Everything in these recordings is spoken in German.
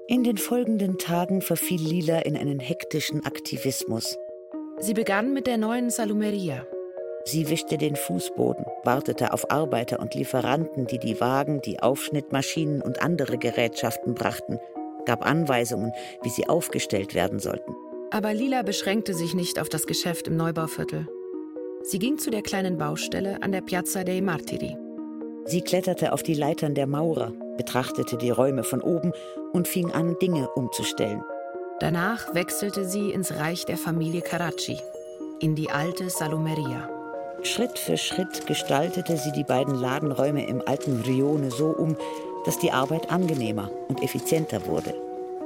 In den folgenden Tagen verfiel Lila in einen hektischen Aktivismus. Sie begann mit der neuen Salumeria. Sie wischte den Fußboden, wartete auf Arbeiter und Lieferanten, die die Wagen, die Aufschnittmaschinen und andere Gerätschaften brachten, gab Anweisungen, wie sie aufgestellt werden sollten. Aber Lila beschränkte sich nicht auf das Geschäft im Neubauviertel. Sie ging zu der kleinen Baustelle an der Piazza dei Martiri. Sie kletterte auf die Leitern der Maurer, betrachtete die Räume von oben und fing an, Dinge umzustellen. Danach wechselte sie ins Reich der Familie Carracci, in die alte Salumeria. Schritt für Schritt gestaltete sie die beiden Ladenräume im alten Rione so um, dass die Arbeit angenehmer und effizienter wurde.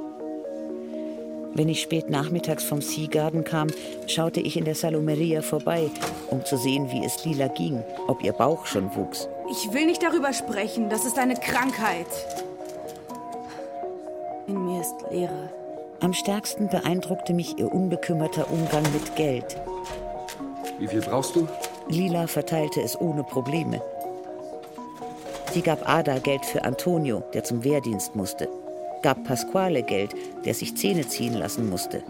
Wenn ich spät nachmittags vom Sea Garden kam, schaute ich in der Salumeria vorbei, um zu sehen, wie es Lila ging, ob ihr Bauch schon wuchs. Ich will nicht darüber sprechen, das ist eine Krankheit. In mir ist Leere. Am stärksten beeindruckte mich ihr unbekümmerter Umgang mit Geld. Wie viel brauchst du? Lila verteilte es ohne Probleme. Sie gab Ada Geld für Antonio, der zum Wehrdienst musste, gab Pasquale Geld, der sich Zähne ziehen lassen musste.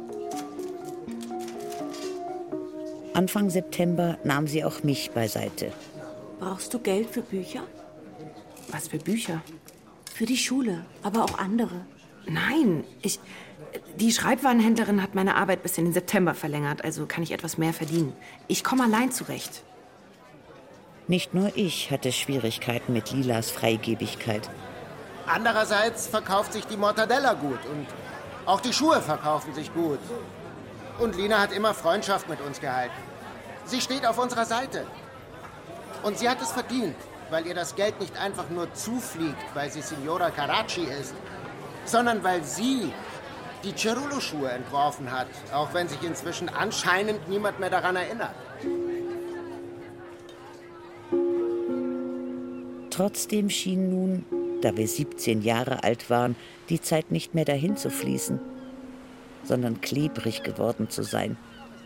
Anfang September nahm sie auch mich beiseite. Brauchst du Geld für Bücher? Was für Bücher? Für die Schule, aber auch andere. Nein, die Schreibwarenhändlerin hat meine Arbeit bis in den September verlängert, also kann ich etwas mehr verdienen. Ich komme allein zurecht. Nicht nur ich hatte Schwierigkeiten mit Lilas Freigebigkeit. Andererseits verkauft sich die Mortadella gut und auch die Schuhe verkaufen sich gut. Und Lina hat immer Freundschaft mit uns gehalten. Sie steht auf unserer Seite. Und sie hat es verdient, weil ihr das Geld nicht einfach nur zufliegt, weil sie Signora Carracci ist, sondern weil sie die Cerullo-Schuhe entworfen hat, auch wenn sich inzwischen anscheinend niemand mehr daran erinnert. Trotzdem schien nun, da wir 17 Jahre alt waren, die Zeit nicht mehr dahin zu fließen, sondern klebrig geworden zu sein.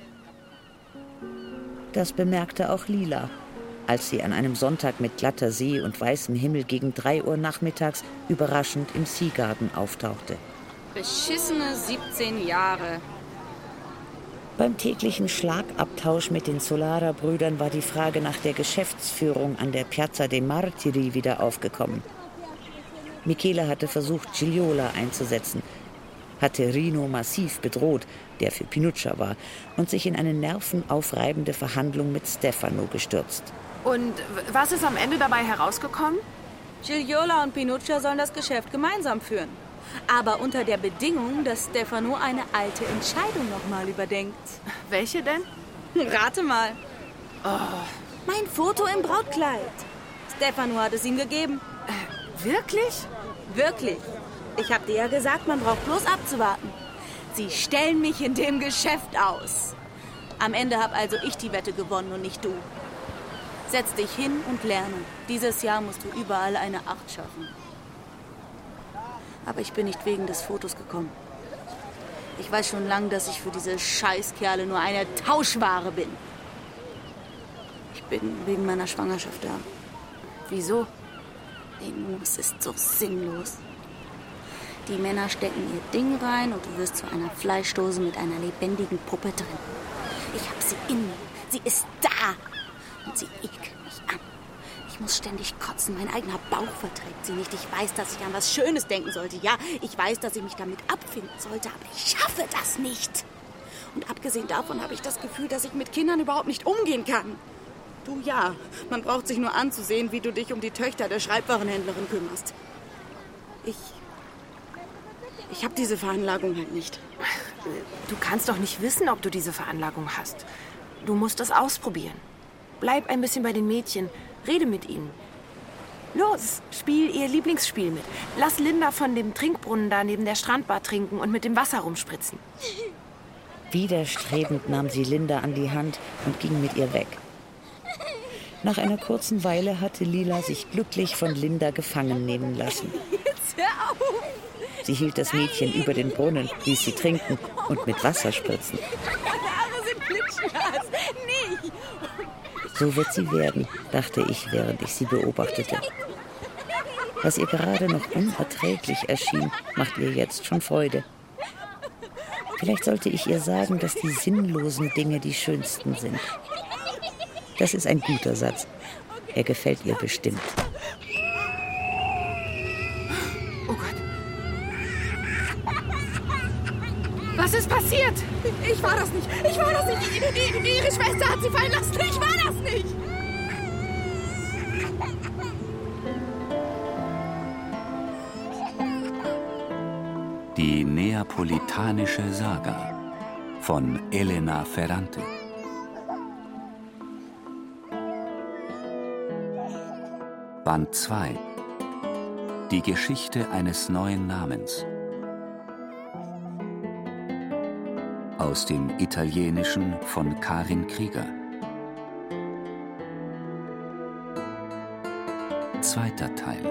Das bemerkte auch Lila, als sie an einem Sonntag mit glatter See und weißem Himmel gegen 3 Uhr nachmittags überraschend im Sea Garden auftauchte. Beschissene 17 Jahre. Beim täglichen Schlagabtausch mit den Solara-Brüdern war die Frage nach der Geschäftsführung an der Piazza dei Martiri wieder aufgekommen. Michele hatte versucht, Giliola einzusetzen, hatte Rino massiv bedroht, der für Pinuccia war, und sich in eine nervenaufreibende Verhandlung mit Stefano gestürzt. Und was ist am Ende dabei herausgekommen? Giliola und Pinuccia sollen das Geschäft gemeinsam führen. Aber unter der Bedingung, dass Stefano eine alte Entscheidung nochmal überdenkt. Welche denn? Rate mal. Oh. Mein Foto im Brautkleid. Stefano hat es ihm gegeben. Wirklich? Wirklich. Ich hab dir ja gesagt, man braucht bloß abzuwarten. Sie stellen mich in dem Geschäft aus. Am Ende hab also ich die Wette gewonnen und nicht du. Setz dich hin und lerne. Dieses Jahr musst du überall eine 8 schaffen. Aber ich bin nicht wegen des Fotos gekommen. Ich weiß schon lange, dass ich für diese Scheißkerle nur eine Tauschware bin. Ich bin wegen meiner Schwangerschaft da. Wieso? Es ist so sinnlos. Die Männer stecken ihr Ding rein und du wirst zu einer Fleischdose mit einer lebendigen Puppe drin. Ich hab sie in mir. Sie ist da. Und sie ekelt mich an. Ich muss ständig kotzen. Mein eigener Bauch verträgt sie nicht. Ich weiß, dass ich an was Schönes denken sollte. Ja, ich weiß, dass ich mich damit abfinden sollte. Aber ich schaffe das nicht. Und abgesehen davon habe ich das Gefühl, dass ich mit Kindern überhaupt nicht umgehen kann. Du ja, man braucht sich nur anzusehen, wie du dich um die Töchter der Schreibwarenhändlerin kümmerst. Ich habe diese Veranlagung halt nicht. Du kannst doch nicht wissen, ob du diese Veranlagung hast. Du musst das ausprobieren. Bleib ein bisschen bei den Mädchen. Rede mit ihnen. Los, spiel ihr Lieblingsspiel mit. Lass Linda von dem Trinkbrunnen da neben der Strandbar trinken und mit dem Wasser rumspritzen. Widerstrebend nahm sie Linda an die Hand und ging mit ihr weg. Nach einer kurzen Weile hatte Lila sich glücklich von Linda gefangen nehmen lassen. Jetzt hör auf! Sie hielt das Mädchen über den Brunnen, ließ sie trinken und mit Wasser spritzen. Meine Haare sind klitschnass. Nicht! So wird sie werden, dachte ich, während ich sie beobachtete. Was ihr gerade noch unerträglich erschien, macht ihr jetzt schon Freude. Vielleicht sollte ich ihr sagen, dass die sinnlosen Dinge die schönsten sind. Das ist ein guter Satz. Er gefällt ihr bestimmt. Oh Gott. Was ist passiert? Ich war das nicht. Ich war das nicht. Ihre Schwester hat sie fallen lassen. Ich war das nicht. Die neapolitanische Saga von Elena Ferrante. Band 2. Die Geschichte eines neuen Namens. Aus dem Italienischen von Karin Krieger. Zweiter Teil.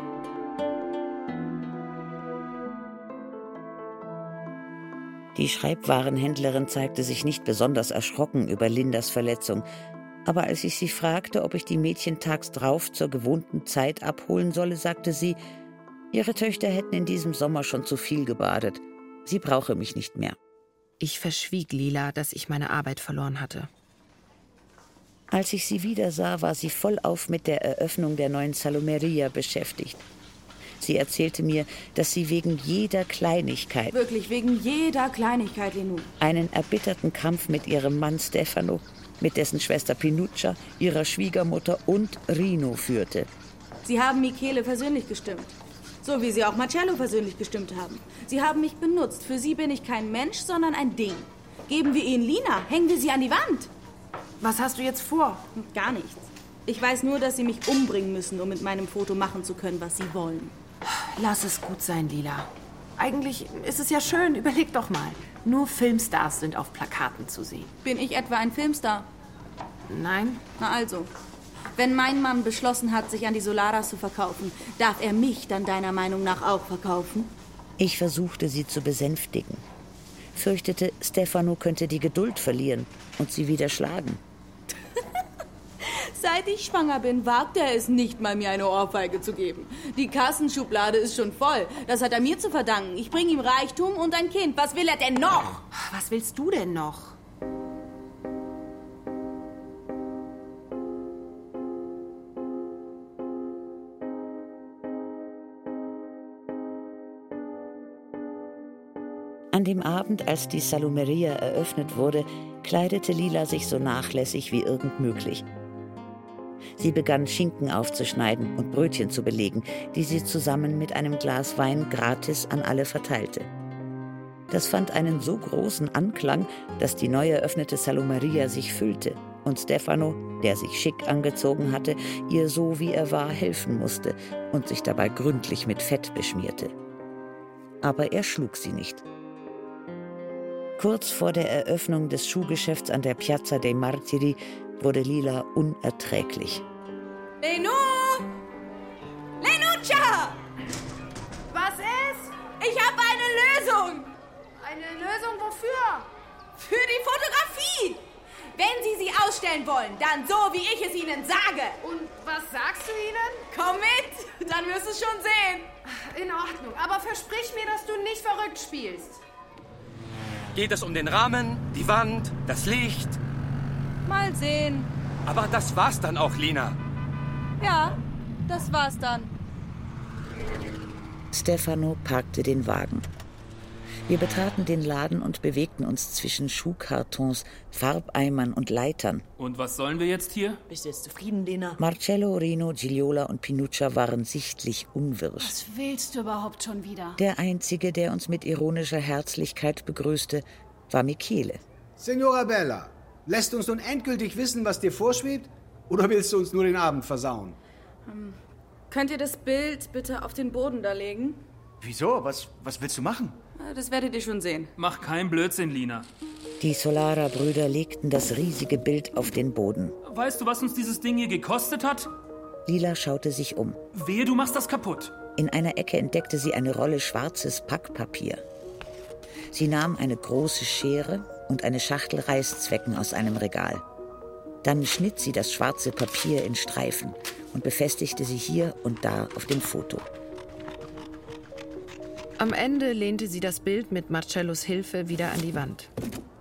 Die Schreibwarenhändlerin zeigte sich nicht besonders erschrocken über Lindas Verletzung. Aber als ich sie fragte, ob ich die Mädchen tags drauf zur gewohnten Zeit abholen solle, sagte sie, ihre Töchter hätten in diesem Sommer schon zu viel gebadet. Sie brauche mich nicht mehr. Ich verschwieg Lila, dass ich meine Arbeit verloren hatte. Als ich sie wieder sah, war sie vollauf mit der Eröffnung der neuen Salumeria beschäftigt. Sie erzählte mir, dass sie wegen jeder Kleinigkeit, Wirklich, wegen jeder Kleinigkeit, Lenou, einen erbitterten Kampf mit ihrem Mann Stefano, mit dessen Schwester Pinuccia, ihrer Schwiegermutter und Rino führte. Sie haben Michele persönlich gestimmt. So wie Sie auch Marcello persönlich gestimmt haben. Sie haben mich benutzt. Für Sie bin ich kein Mensch, sondern ein Ding. Geben wir Ihnen Lina, hängen wir sie an die Wand. Was hast du jetzt vor? Gar nichts. Ich weiß nur, dass Sie mich umbringen müssen, um mit meinem Foto machen zu können, was Sie wollen. Lass es gut sein, Lila. Eigentlich ist es ja schön. Überleg doch mal. Nur Filmstars sind auf Plakaten zu sehen. Bin ich etwa ein Filmstar? Nein? Na also. Wenn mein Mann beschlossen hat, sich an die Solaras zu verkaufen, darf er mich dann deiner Meinung nach auch verkaufen? Ich versuchte, sie zu besänftigen. Fürchtete, Stefano könnte die Geduld verlieren und sie wieder schlagen. Seit ich schwanger bin, wagt er es nicht mal, mir eine Ohrfeige zu geben. Die Kassenschublade ist schon voll. Das hat er mir zu verdanken. Ich bringe ihm Reichtum und ein Kind. Was will er denn noch? Was willst du denn noch? An dem Abend, als die Salumeria eröffnet wurde, kleidete Lila sich so nachlässig wie irgend möglich. Sie begann, Schinken aufzuschneiden und Brötchen zu belegen, die sie zusammen mit einem Glas Wein gratis an alle verteilte. Das fand einen so großen Anklang, dass die neu eröffnete Salumeria sich füllte und Stefano, der sich schick angezogen hatte, ihr so wie er war helfen musste und sich dabei gründlich mit Fett beschmierte. Aber er schlug sie nicht. Kurz vor der Eröffnung des Schuhgeschäfts an der Piazza dei Martiri wurde Lila unerträglich. Lenou! Lenuccia! Was ist? Ich habe eine Lösung! Eine Lösung wofür? Für die Fotografie! Wenn Sie sie ausstellen wollen, dann so, wie ich es Ihnen sage. Und was sagst du ihnen? Komm mit, dann wirst du es schon sehen. In Ordnung, aber versprich mir, dass du nicht verrückt spielst. Geht es um den Rahmen, die Wand, das Licht? Mal sehen. Aber das war's dann auch, Lina. Ja, das war's dann. Stefano parkte den Wagen. Wir betraten den Laden und bewegten uns zwischen Schuhkartons, Farbeimern und Leitern. Und was sollen wir jetzt hier? Bist du jetzt zufrieden, Lena? Marcello, Rino, Giliola und Pinuccia waren sichtlich unwirsch. Was willst du überhaupt schon wieder? Der Einzige, der uns mit ironischer Herzlichkeit begrüßte, war Michele. Signora Bella, lässt uns nun endgültig wissen, was dir vorschwebt? Oder willst du uns nur den Abend versauen? Könnt ihr das Bild bitte auf den Boden da legen? Wieso? Was willst du machen? Das werdet ihr schon sehen. Mach keinen Blödsinn, Lina. Die Solara-Brüder legten das riesige Bild auf den Boden. Weißt du, was uns dieses Ding hier gekostet hat? Lila schaute sich um. Wehe, du machst das kaputt. In einer Ecke entdeckte sie eine Rolle schwarzes Packpapier. Sie nahm eine große Schere und eine Schachtel Reißzwecken aus einem Regal. Dann schnitt sie das schwarze Papier in Streifen und befestigte sie hier und da auf dem Foto. Am Ende lehnte sie das Bild mit Marcellos Hilfe wieder an die Wand.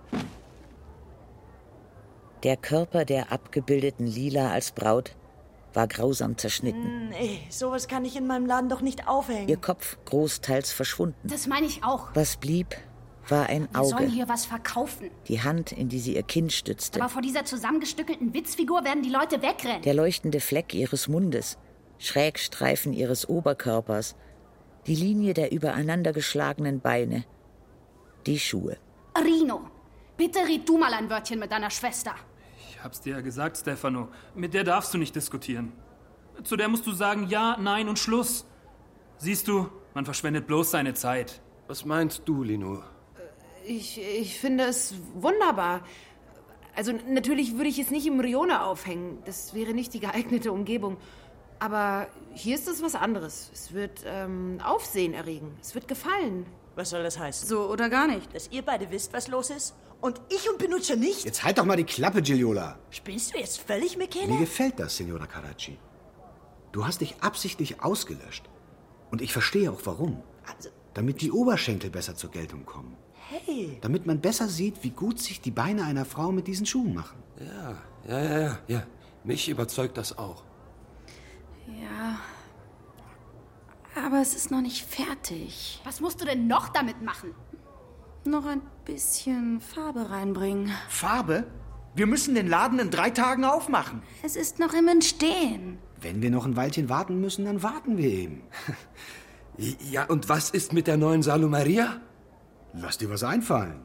Der Körper der abgebildeten Lila als Braut war grausam zerschnitten. Nee, sowas kann ich in meinem Laden doch nicht aufhängen. Ihr Kopf großteils verschwunden. Das meine ich auch. Was blieb, war ein Wir sollen Auge. hier was verkaufen. Die Hand, in die sie ihr Kinn stützte. Aber vor dieser zusammengestückelten Witzfigur werden die Leute wegrennen. Der leuchtende Fleck ihres Mundes, Schrägstreifen ihres Oberkörpers, die Linie der übereinander geschlagenen Beine, die Schuhe. Rino, bitte red du mal ein Wörtchen mit deiner Schwester. Ich hab's dir ja gesagt, Stefano. Mit der darfst du nicht diskutieren. Zu der musst du sagen ja, nein und Schluss. Siehst du, man verschwendet bloß seine Zeit. Was meinst du, Lino? Ich finde es wunderbar. Also natürlich würde ich es nicht im Rione aufhängen. Das wäre nicht die geeignete Umgebung. Aber hier ist es was anderes. Es wird Aufsehen erregen. Es wird gefallen. Was soll das heißen? So oder gar nicht. Dass ihr beide wisst, was los ist? Und ich und Pinuccia nicht? Jetzt halt doch mal die Klappe, Gigliola. Spinnst du jetzt völlig, Michele? Mir gefällt das, Signora Carracci. Du hast dich absichtlich ausgelöscht. Und ich verstehe auch, warum. Also, damit die Oberschenkel besser zur Geltung kommen. Hey. Damit man besser sieht, wie gut sich die Beine einer Frau mit diesen Schuhen machen. Ja. Mich überzeugt das auch. Ja, aber es ist noch nicht fertig. Was musst du denn noch damit machen? Noch ein bisschen Farbe reinbringen. Farbe? Wir müssen den Laden in 3 Tagen aufmachen. Es ist noch im Entstehen. Wenn wir noch ein Weilchen warten müssen, dann warten wir eben. Ja, und was ist mit der neuen Salumeria? Lass dir was einfallen.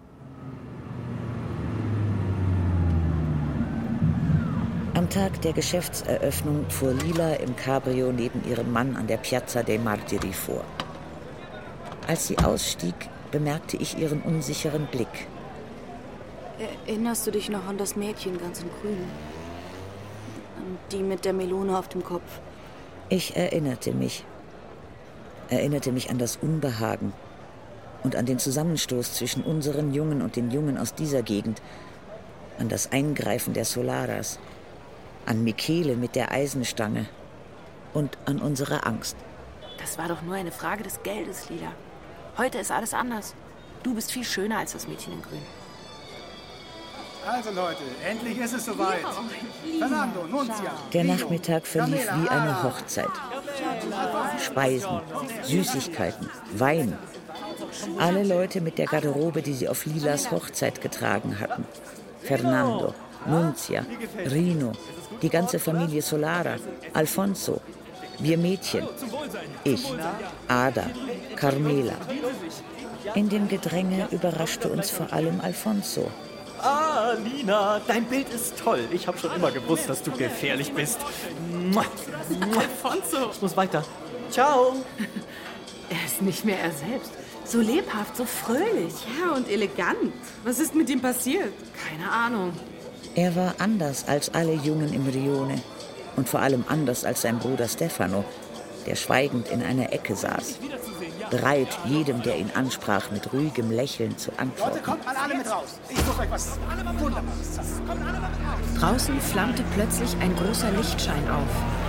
Am Tag der Geschäftseröffnung fuhr Lila im Cabrio neben ihrem Mann an der Piazza dei Martiri vor. Als sie ausstieg, bemerkte ich ihren unsicheren Blick. Erinnerst du dich noch an das Mädchen ganz in Grün? An die mit der Melone auf dem Kopf? Ich erinnerte mich an das Unbehagen und an den Zusammenstoß zwischen unseren Jungen und den Jungen aus dieser Gegend, an das Eingreifen der Solaras, an Michele mit der Eisenstange und an unsere Angst. Das war doch nur eine Frage des Geldes, Lila. Heute ist alles anders. Du bist viel schöner als das Mädchen in Grün. Also Leute, endlich ist es soweit. Fernando, Nunzia. Der Nachmittag verlief wie eine Hochzeit. Speisen, Süßigkeiten, Wein. Alle Leute mit der Garderobe, die sie auf Lilas Hochzeit getragen hatten. Fernando, Nunzia, Rino, die ganze Familie Solara, Alfonso, wir Mädchen, ich, Ada, Carmela. In dem Gedränge überraschte uns vor allem Alfonso. Ah, Lina, dein Bild ist toll. Ich habe schon immer gewusst, dass du gefährlich bist. Alfonso. Ich muss weiter. Ciao. Er ist nicht mehr er selbst. So lebhaft, so fröhlich. Ja, und elegant. Was ist mit ihm passiert? Keine Ahnung. Er war anders als alle Jungen im Rione. Und vor allem anders als sein Bruder Stefano, der schweigend in einer Ecke saß. Bereit, jedem, der ihn ansprach, mit ruhigem Lächeln zu antworten. Leute, kommt mal alle mit raus. Ich suche euch was Wunderbares. Kommt alle mit raus. Draußen flammte plötzlich ein großer Lichtschein auf.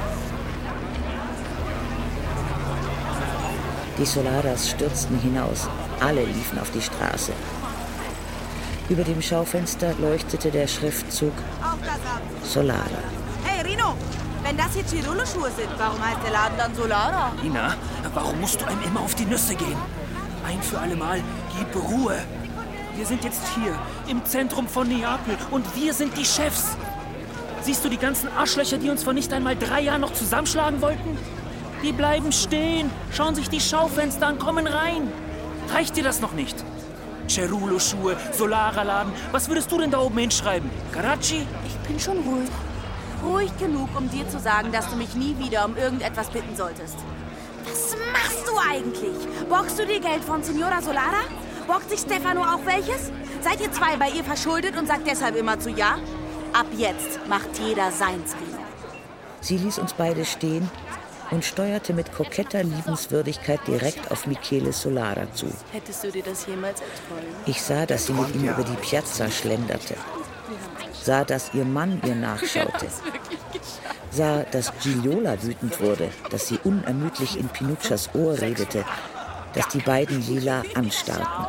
Die Solaras stürzten hinaus. Alle liefen auf die Straße. Über dem Schaufenster leuchtete der Schriftzug Solara. Hey, Rino, wenn das hier Cirolo-Schuhe sind, warum heißt der Laden dann Solara? Lina, warum musst du einem immer auf die Nüsse gehen? Ein für alle Mal, gib Ruhe. Wir sind jetzt hier, im Zentrum von Neapel und wir sind die Chefs. Siehst du die ganzen Arschlöcher, die uns vor nicht einmal 3 Jahren noch zusammenschlagen wollten? Die bleiben stehen, schauen sich die Schaufenster an, kommen rein. Reicht dir das noch nicht? Cerulo-Schuhe, Solara-Laden, was würdest du denn da oben hinschreiben? Carracci? Ich bin schon ruhig. Ruhig genug, um dir zu sagen, dass du mich nie wieder um irgendetwas bitten solltest. Was machst du eigentlich? Borgst du dir Geld von Signora Solara? Borgt sich Stefano auch welches? Seid ihr 2 bei ihr verschuldet und sagt deshalb immer zu ja? Ab jetzt macht jeder seins, Rino. Sie ließ uns beide stehen und steuerte mit koketter Liebenswürdigkeit direkt auf Michele Solara zu. Hättest du dir das jemals erträumt? Ich sah, dass sie mit ihm über die Piazza schlenderte. Sah, dass ihr Mann ihr nachschaute. sah, dass Gigliola wütend wurde, dass sie unermüdlich in Pinuccias Ohr redete, dass die beiden Lila anstarrten.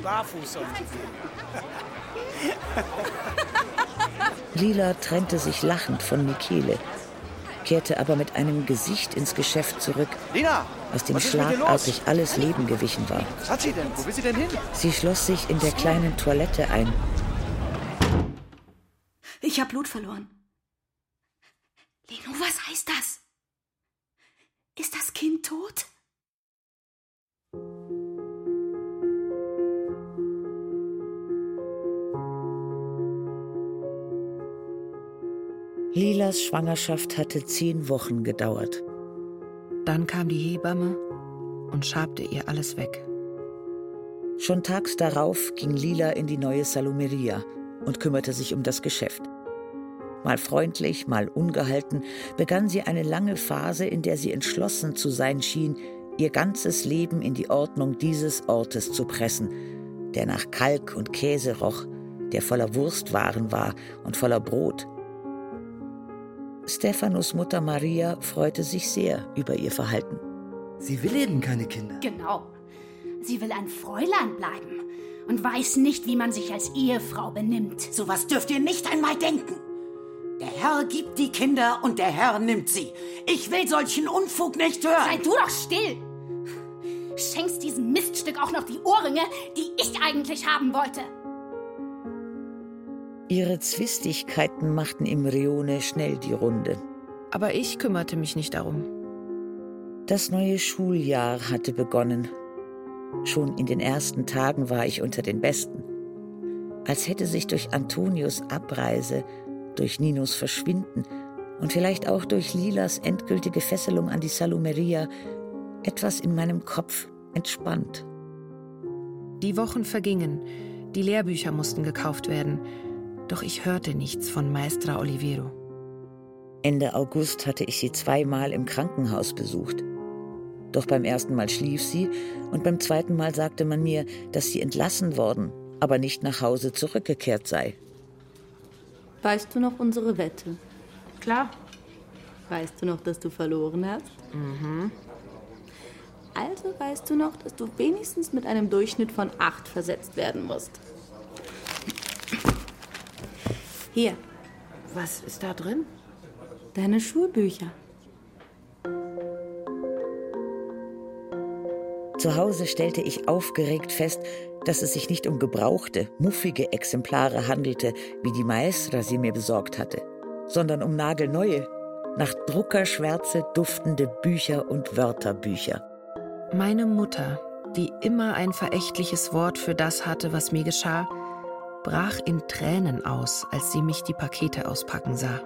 Lila trennte sich lachend von Michele, kehrte aber mit einem Gesicht ins Geschäft zurück, aus dem schlagartig alles Leben gewichen war. Was hat sie denn? Wo will sie denn hin? Sie schloss sich in der kleinen Toilette ein. Ich habe Blut verloren. Lino, was heißt das? Ist das Kind tot? Lilas Schwangerschaft hatte 10 Wochen gedauert. Dann kam die Hebamme und schabte ihr alles weg. Schon tags darauf ging Lila in die neue Salumeria und kümmerte sich um das Geschäft. Mal freundlich, mal ungehalten, begann sie eine lange Phase, in der sie entschlossen zu sein schien, ihr ganzes Leben in die Ordnung dieses Ortes zu pressen, der nach Kalk und Käse roch, der voller Wurstwaren war und voller Brot. Stefanos Mutter Maria freute sich sehr über ihr Verhalten. Sie will eben keine Kinder. Genau. Sie will ein Fräulein bleiben und weiß nicht, wie man sich als Ehefrau benimmt. Sowas dürft ihr nicht einmal denken. Der Herr gibt die Kinder und der Herr nimmt sie. Ich will solchen Unfug nicht hören. Sei du doch still! Schenkst diesem Miststück auch noch die Ohrringe, die ich eigentlich haben wollte. Ihre Zwistigkeiten machten im Rione schnell die Runde. Aber ich kümmerte mich nicht darum. Das neue Schuljahr hatte begonnen. Schon in den ersten Tagen war ich unter den Besten. Als hätte sich durch Antonios Abreise, durch Ninos Verschwinden und vielleicht auch durch Lilas endgültige Fesselung an die Salumeria etwas in meinem Kopf entspannt. Die Wochen vergingen, die Lehrbücher mussten gekauft werden, doch ich hörte nichts von Maestra Olivero. Ende August hatte ich sie 2-mal im Krankenhaus besucht. Doch beim ersten Mal schlief sie und beim zweiten Mal sagte man mir, dass sie entlassen worden, aber nicht nach Hause zurückgekehrt sei. Weißt du noch unsere Wette? Klar. Weißt du noch, dass du verloren hast? Mhm. Also weißt du noch, dass du wenigstens mit einem Durchschnitt von 8 versetzt werden musst. Hier. Was ist da drin? Deine Schulbücher. Zu Hause stellte ich aufgeregt fest, dass es sich nicht um gebrauchte, muffige Exemplare handelte, wie die Maestra sie mir besorgt hatte, sondern um nagelneue, nach Druckerschwärze duftende Bücher und Wörterbücher. Meine Mutter, die immer ein verächtliches Wort für das hatte, was mir geschah, brach in Tränen aus, als sie mich die Pakete auspacken sah.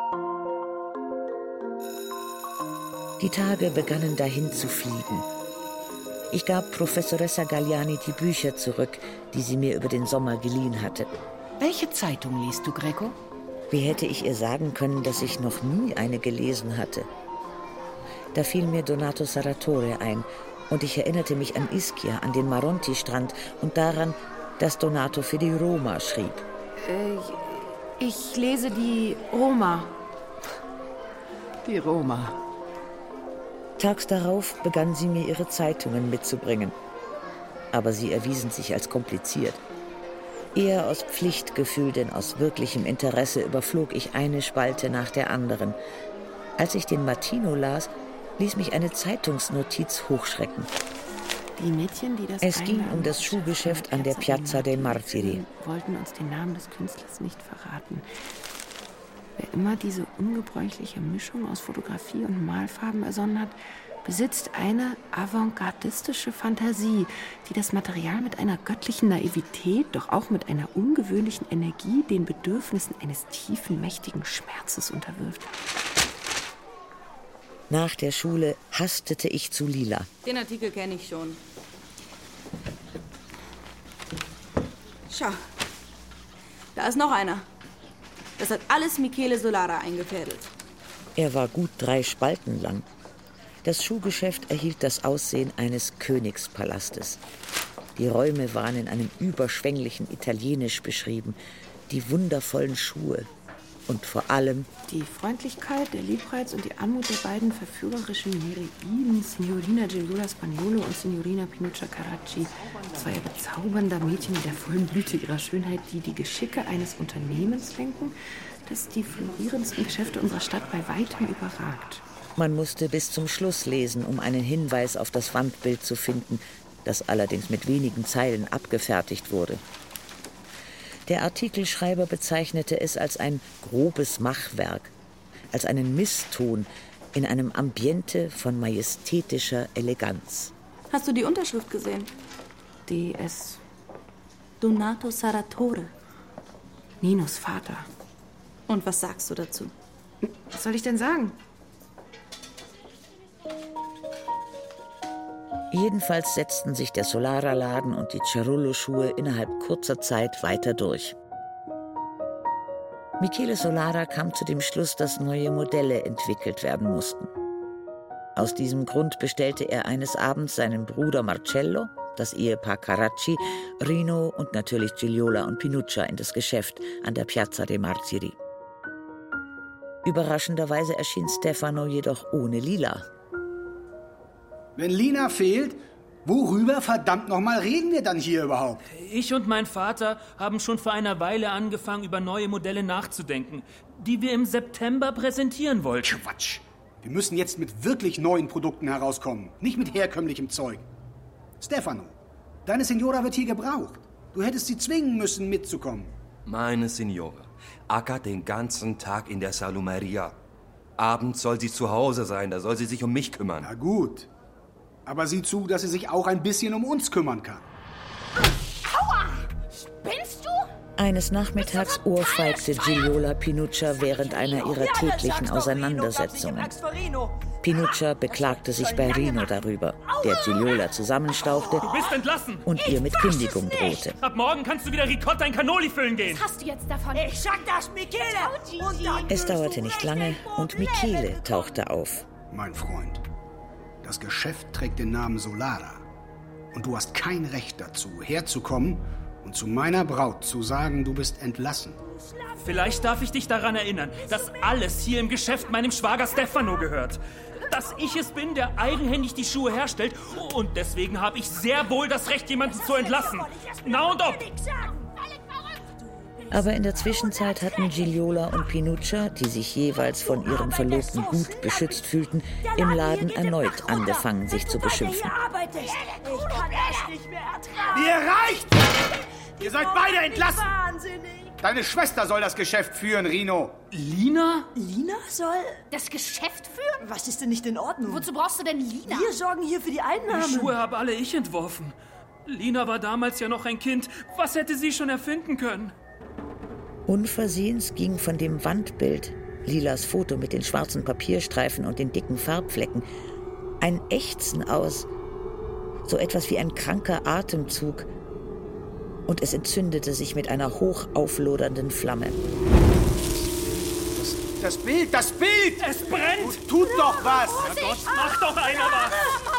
Die Tage begannen dahin zu fliegen. Ich gab Professoressa Galliani die Bücher zurück, die sie mir über den Sommer geliehen hatte. Welche Zeitung liest du, Greco? Wie hätte ich ihr sagen können, dass ich noch nie eine gelesen hatte? Da fiel mir Donato Sarratore ein und ich erinnerte mich an Ischia, an den Maronti-Strand und daran, dass Donato für die Roma schrieb. Ich lese die Roma. Die Roma. Tags darauf begann sie mir ihre Zeitungen mitzubringen. Aber sie erwiesen sich als kompliziert. Eher aus Pflichtgefühl denn aus wirklichem Interesse überflog ich eine Spalte nach der anderen. Als ich den Mattino las, ließ mich eine Zeitungsnotiz hochschrecken. Die Mädchen, die das Es ging um das Schuhgeschäft an der Piazza dei Martiri. Wollten uns den Namen des Künstlers nicht verraten. Wer immer diese ungebräuchliche Mischung aus Fotografie und Malfarben ersonnen hat, besitzt eine avantgardistische Fantasie, die das Material mit einer göttlichen Naivität, doch auch mit einer ungewöhnlichen Energie den Bedürfnissen eines tiefen, mächtigen Schmerzes unterwirft. Nach der Schule hastete ich zu Lila. Den Artikel kenne ich schon. Schau, da ist noch einer. Das hat alles Michele Solara eingefädelt. Er war gut 3 Spalten lang. Das Schuhgeschäft erhielt das Aussehen eines Königspalastes. Die Räume waren in einem überschwänglichen Italienisch beschrieben. Die wundervollen Schuhe, Und vor allem die Freundlichkeit, der Liebreiz und die Anmut der beiden verführerischen Nereiden, Signorina Gigliola Spaniolo und Signorina Pinuccia Carracci, zwei bezaubernder Mädchen in der vollen Blüte ihrer Schönheit, die die Geschicke eines Unternehmens lenken, das die florierendsten Geschäfte unserer Stadt bei weitem überragt. Man musste bis zum Schluss lesen, um einen Hinweis auf das Wandbild zu finden, das allerdings mit wenigen Zeilen abgefertigt wurde. Der Artikelschreiber bezeichnete es als ein grobes Machwerk, als einen Misston in einem Ambiente von majestätischer Eleganz. Hast du die Unterschrift gesehen? D.S. Donato Sarratore. Ninos Vater. Und was sagst du dazu? Was soll ich denn sagen? Jedenfalls setzten sich der Solara-Laden und die Cerullo-Schuhe innerhalb kurzer Zeit weiter durch. Michele Solara kam zu dem Schluss, dass neue Modelle entwickelt werden mussten. Aus diesem Grund bestellte er eines Abends seinen Bruder Marcello, das Ehepaar Carracci, Rino und natürlich Gigliola und Pinuccia in das Geschäft an der Piazza dei Martiri. Überraschenderweise erschien Stefano jedoch ohne Lila. Wenn Lina fehlt, worüber verdammt nochmal reden wir dann hier überhaupt? Ich und mein Vater haben schon vor einer Weile angefangen, über neue Modelle nachzudenken, die wir im September präsentieren wollten. Quatsch! Wir müssen jetzt mit wirklich neuen Produkten herauskommen, nicht mit herkömmlichem Zeug. Stefano, deine Signora wird hier gebraucht. Du hättest sie zwingen müssen, mitzukommen. Meine Signora ackert den ganzen Tag in der Salumeria. Abends soll sie zu Hause sein, da soll sie sich um mich kümmern. Na gut. Aber sieh zu, dass sie sich auch ein bisschen um uns kümmern kann. Aua! Spinnst du? Eines Nachmittags ohrfeigte Gigliola Pinuccia während einer ihrer täglichen Auseinandersetzungen. Pinuccia beklagte sich bei Rino darüber, der Gigliola zusammenstauchte Du bist entlassen! Und ihr mit Kündigung drohte. Ab morgen kannst du wieder Ricotta in Cannoli füllen gehen. Was hast du jetzt davon? Ich sag das, Michele! Es dauerte nicht lange und Michele tauchte auf. Mein Freund, das Geschäft trägt den Namen Solara. Und du hast kein Recht dazu, herzukommen und zu meiner Braut zu sagen, du bist entlassen. Vielleicht darf ich dich daran erinnern, dass alles hier im Geschäft meinem Schwager Stefano gehört. Dass ich es bin, der eigenhändig die Schuhe herstellt. Und deswegen habe ich sehr wohl das Recht, jemanden zu entlassen. Na und ob! Aber in der Zwischenzeit hatten Gigliola und Pinuccia, die sich jeweils von ihrem Verlobten gut beschützt fühlten, im Laden erneut angefangen, sich zu beschimpfen. Mir reicht! Ihr seid beide entlassen! Deine Schwester soll das Geschäft führen, Rino. Lina? Lina soll das Geschäft führen? Was ist denn nicht in Ordnung? Wozu brauchst du denn Lina? Wir sorgen hier für die Einnahmen. Die Schuhe habe alle ich entworfen. Lina war damals ja noch ein Kind. Was hätte sie schon erfinden können? Unversehens ging von dem Wandbild, Lilas Foto mit den schwarzen Papierstreifen und den dicken Farbflecken, ein Ächzen aus. So etwas wie ein kranker Atemzug. Und es entzündete sich mit einer hoch auflodernden Flamme. Das Bild! Es brennt! Tut doch was! Na Gott, mach doch einer was!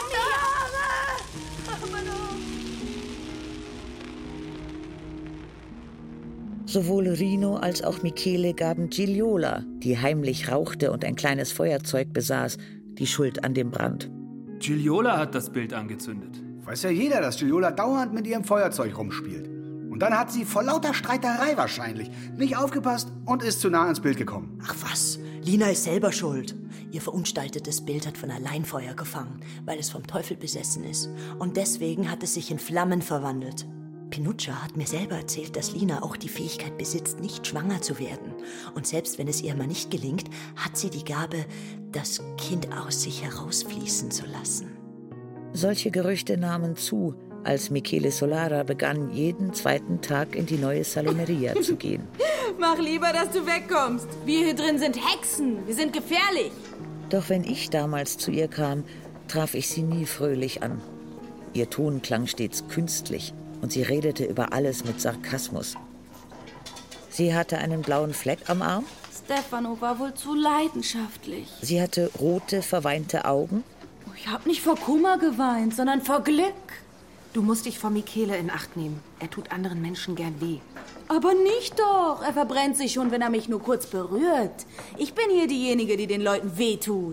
Sowohl Rino als auch Michele gaben Gigliola, die heimlich rauchte und ein kleines Feuerzeug besaß, die Schuld an dem Brand. Gigliola hat das Bild angezündet. Weiß ja jeder, dass Gigliola dauernd mit ihrem Feuerzeug rumspielt. Und dann hat sie vor lauter Streiterei wahrscheinlich nicht aufgepasst und ist zu nah ans Bild gekommen. Ach was, Lina ist selber schuld. Ihr verunstaltetes Bild hat von allein Feuer gefangen, weil es vom Teufel besessen ist. Und deswegen hat es sich in Flammen verwandelt. Pinuccia hat mir selber erzählt, dass Lina auch die Fähigkeit besitzt, nicht schwanger zu werden. Und selbst wenn es ihr mal nicht gelingt, hat sie die Gabe, das Kind aus sich herausfließen zu lassen. Solche Gerüchte nahmen zu, als Michele Solara begann, jeden zweiten Tag in die neue Salumeria zu gehen. Mach lieber, dass du wegkommst. Wir hier drin sind Hexen. Wir sind gefährlich. Doch wenn ich damals zu ihr kam, traf ich sie nie fröhlich an. Ihr Ton klang stets künstlich und sie redete über alles mit Sarkasmus. Sie hatte einen blauen Fleck am Arm. Stefano war wohl zu leidenschaftlich. Sie hatte rote, verweinte Augen. Ich habe nicht vor Kummer geweint, sondern vor Glück. Du musst dich vor Michele in Acht nehmen. Er tut anderen Menschen gern weh. Aber nicht doch. Er verbrennt sich schon, wenn er mich nur kurz berührt. Ich bin hier diejenige, die den Leuten wehtut.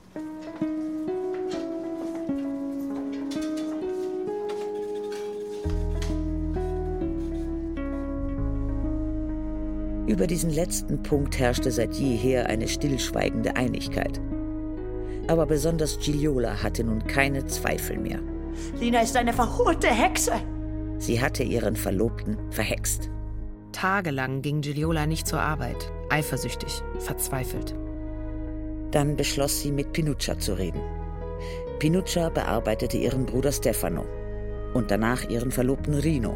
Über diesen letzten Punkt herrschte seit jeher eine stillschweigende Einigkeit. Aber besonders Giliola hatte nun keine Zweifel mehr. Lina ist eine verhurte Hexe. Sie hatte ihren Verlobten verhext. Tagelang ging Giliola nicht zur Arbeit. Eifersüchtig, verzweifelt. Dann beschloss sie, mit Pinuccia zu reden. Pinuccia bearbeitete ihren Bruder Stefano und danach ihren Verlobten Rino.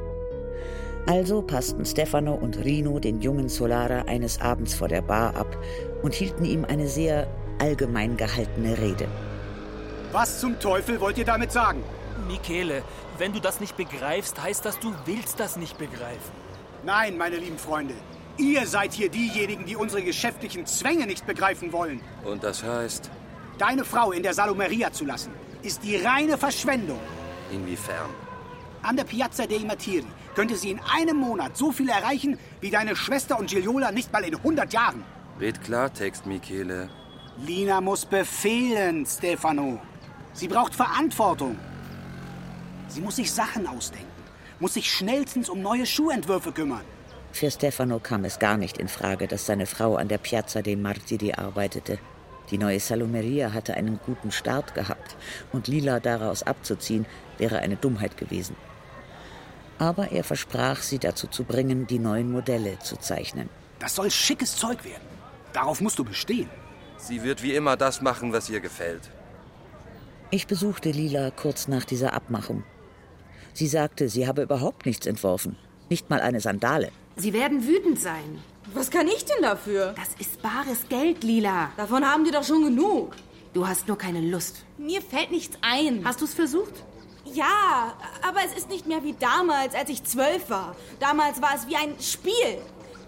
Also passten Stefano und Rino den jungen Solara eines Abends vor der Bar ab und hielten ihm eine sehr allgemein gehaltene Rede. Was zum Teufel wollt ihr damit sagen? Michele, wenn du das nicht begreifst, heißt das, du willst das nicht begreifen. Nein, meine lieben Freunde. Ihr seid hier diejenigen, die unsere geschäftlichen Zwänge nicht begreifen wollen. Und das heißt? Deine Frau in der Salomeria zu lassen, ist die reine Verschwendung. Inwiefern? An der Piazza dei Martiri könnte sie in einem Monat so viel erreichen, wie deine Schwester und Giliola nicht mal in 100 Jahren. Red Klartext, Michele. Lina muss befehlen, Stefano. Sie braucht Verantwortung. Sie muss sich Sachen ausdenken, muss sich schnellstens um neue Schuhentwürfe kümmern. Für Stefano kam es gar nicht in Frage, dass seine Frau an der Piazza dei Martiri arbeitete. Die neue Salomeria hatte einen guten Start gehabt und Lila daraus abzuziehen, wäre eine Dummheit gewesen. Aber er versprach, sie dazu zu bringen, die neuen Modelle zu zeichnen. Das soll schickes Zeug werden. Darauf musst du bestehen. Sie wird wie immer das machen, was ihr gefällt. Ich besuchte Lila kurz nach dieser Abmachung. Sie sagte, sie habe überhaupt nichts entworfen. Nicht mal eine Sandale. Sie werden wütend sein. Was kann ich denn dafür? Das ist bares Geld, Lila. Davon haben die doch schon genug. Du hast nur keine Lust. Mir fällt nichts ein. Hast du es versucht? Ja, aber es ist nicht mehr wie damals, als ich 12 war. Damals war es wie ein Spiel.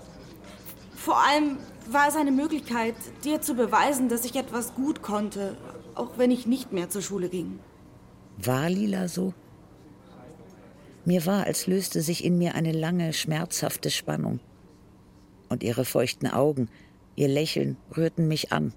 Vor allem war es eine Möglichkeit, dir zu beweisen, dass ich etwas gut konnte, auch wenn ich nicht mehr zur Schule ging. War Lila so? Mir war, als löste sich in mir eine lange, schmerzhafte Spannung. Und ihre feuchten Augen, ihr Lächeln rührten mich an.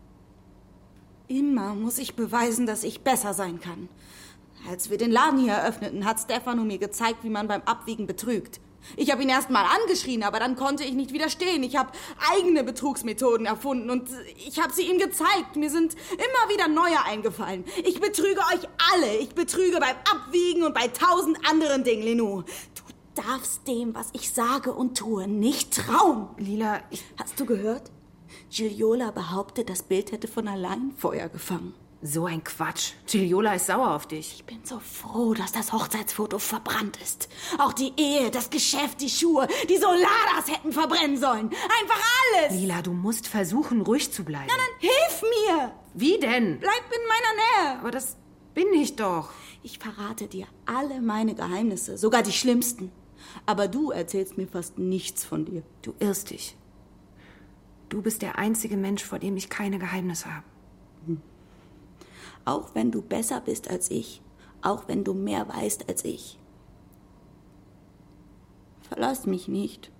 Immer muss ich beweisen, dass ich besser sein kann. Als wir den Laden hier eröffneten, hat Stefano mir gezeigt, wie man beim Abwiegen betrügt. Ich habe ihn erst mal angeschrien, aber dann konnte ich nicht widerstehen. Ich habe eigene Betrugsmethoden erfunden und ich habe sie ihm gezeigt. Mir sind immer wieder neue eingefallen. Ich betrüge euch alle. Ich betrüge beim Abwiegen und bei 1000 anderen Dingen, Lenou. Du darfst dem, was ich sage und tue, nicht trauen. Lila, Hast du gehört? Giliola behauptet, das Bild hätte von allein Feuer gefangen. So ein Quatsch. Giliola ist sauer auf dich. Ich bin so froh, dass das Hochzeitsfoto verbrannt ist. Auch die Ehe, das Geschäft, die Schuhe, die Solaras hätten verbrennen sollen. Einfach alles. Lila, du musst versuchen, ruhig zu bleiben. Na dann hilf mir. Wie denn? Bleib in meiner Nähe. Aber das bin ich doch. Ich verrate dir alle meine Geheimnisse, sogar die schlimmsten. Aber du erzählst mir fast nichts von dir. Du irrst dich. Du bist der einzige Mensch, vor dem ich keine Geheimnisse habe. Auch wenn du besser bist als ich, auch wenn du mehr weißt als ich. Verlass mich nicht.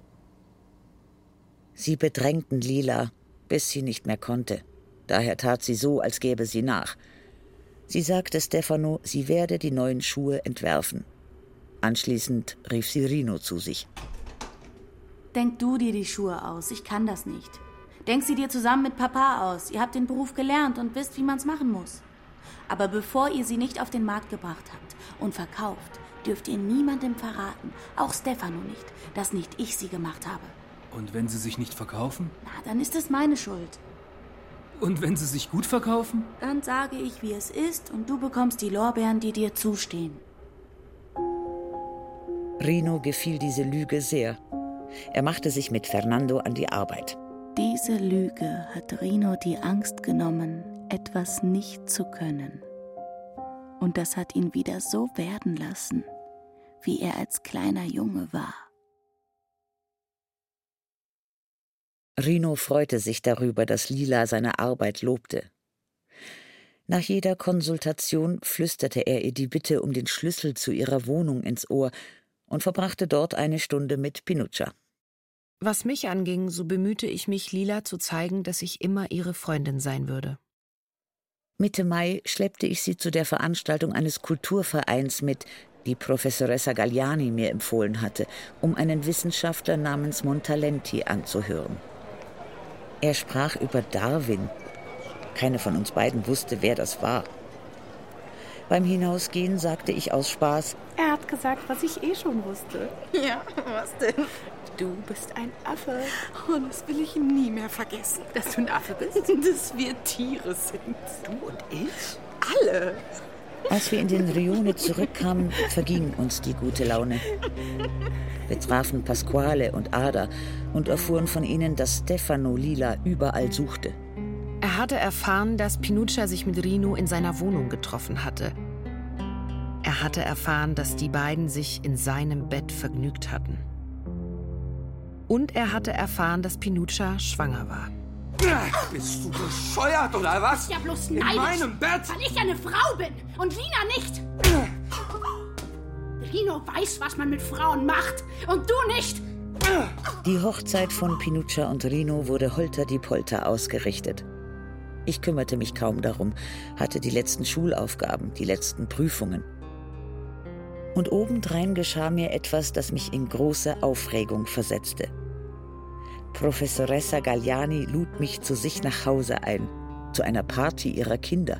Sie bedrängten Lila, bis sie nicht mehr konnte. Daher tat sie so, als gäbe sie nach. Sie sagte Stefano, sie werde die neuen Schuhe entwerfen. Anschließend rief sie Rino zu sich. Denk du dir die Schuhe aus, ich kann das nicht. Denk sie dir zusammen mit Papa aus. Ihr habt den Beruf gelernt und wisst, wie man's machen muss. Aber bevor ihr sie nicht auf den Markt gebracht habt und verkauft, dürft ihr niemandem verraten, auch Stefano nicht, dass nicht ich sie gemacht habe. Und wenn sie sich nicht verkaufen? Na, dann ist es meine Schuld. Und wenn sie sich gut verkaufen? Dann sage ich, wie es ist und du bekommst die Lorbeeren, die dir zustehen. Rino gefiel diese Lüge sehr. Er machte sich mit Fernando an die Arbeit. Diese Lüge hat Rino die Angst genommen, etwas nicht zu können. Und das hat ihn wieder so werden lassen, wie er als kleiner Junge war. Rino freute sich darüber, dass Lila seine Arbeit lobte. Nach jeder Konsultation flüsterte er ihr die Bitte um den Schlüssel zu ihrer Wohnung ins Ohr und verbrachte dort eine Stunde mit Pinuccia. Was mich anging, so bemühte ich mich, Lila zu zeigen, dass ich immer ihre Freundin sein würde. Mitte Mai schleppte ich sie zu der Veranstaltung eines Kulturvereins mit, die Professoressa Galliani mir empfohlen hatte, um einen Wissenschaftler namens Montalenti anzuhören. Er sprach über Darwin. Keine von uns beiden wusste, wer das war. Beim Hinausgehen sagte ich aus Spaß: Er hat gesagt, was ich schon wusste. Ja, was denn? Du bist ein Affe. Oh, das will ich nie mehr vergessen. Dass du ein Affe bist? Dass wir Tiere sind. Du und ich? Alle. Als wir in den Rione zurückkamen, verging uns die gute Laune. Wir trafen Pasquale und Ada und erfuhren von ihnen, dass Stefano Lila überall suchte. Er hatte erfahren, dass Pinuccia sich mit Rino in seiner Wohnung getroffen hatte. Er hatte erfahren, dass die beiden sich in seinem Bett vergnügt hatten. Und er hatte erfahren, dass Pinuccia schwanger war. Bist du bescheuert, oder was? Ich ja bloß in neidisch, meinem Bett? weil ich eine Frau bin und Lina nicht. Rino weiß, was man mit Frauen macht und du nicht. Die Hochzeit von Pinuccia und Rino wurde holter-die-Polter ausgerichtet. Ich kümmerte mich kaum darum, hatte die letzten Schulaufgaben, die letzten Prüfungen. Und obendrein geschah mir etwas, das mich in große Aufregung versetzte. Professoressa Galliani lud mich zu sich nach Hause ein, zu einer Party ihrer Kinder.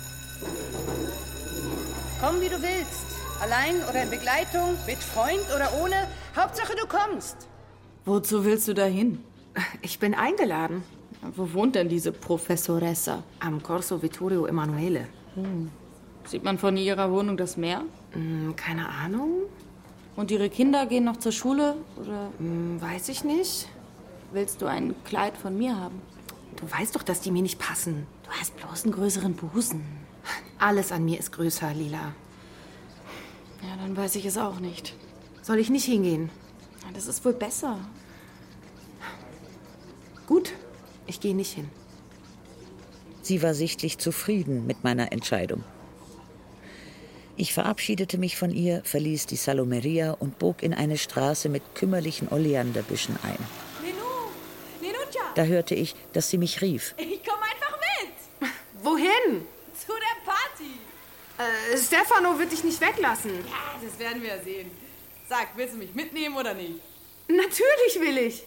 Komm, wie du willst. Allein oder in Begleitung, mit Freund oder ohne. Hauptsache, du kommst. Wozu willst du dahin? Ich bin eingeladen. Wo wohnt denn diese Professoressa? Am Corso Vittorio Emanuele. Sieht man von ihrer Wohnung das Meer? Keine Ahnung. Und ihre Kinder gehen noch zur Schule? Oder? Weiß ich nicht. Willst du ein Kleid von mir haben? Du weißt doch, dass die mir nicht passen. Du hast bloß einen größeren Busen. Alles an mir ist größer, Lila. Ja, dann weiß ich es auch nicht. Soll ich nicht hingehen? Das ist wohl besser. Gut, ich gehe nicht hin. Sie war sichtlich zufrieden mit meiner Entscheidung. Ich verabschiedete mich von ihr, verließ die Salomeria und bog in eine Straße mit kümmerlichen Oleanderbüschen ein. Pinuccia! Da hörte ich, dass sie mich rief. Ich komme einfach mit. Wohin? Zu der Party. Stefano wird dich nicht weglassen. Ja, das werden wir sehen. Sag, willst du mich mitnehmen oder nicht? Natürlich will ich.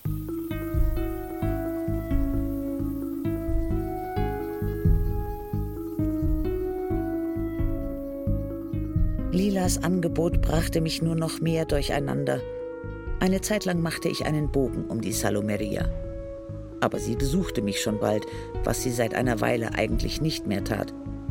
Lilas Angebot brachte mich nur noch mehr durcheinander. Eine Zeit lang machte ich einen Bogen um die Salomeria. Aber sie besuchte mich schon bald, was sie seit einer Weile eigentlich nicht mehr tat.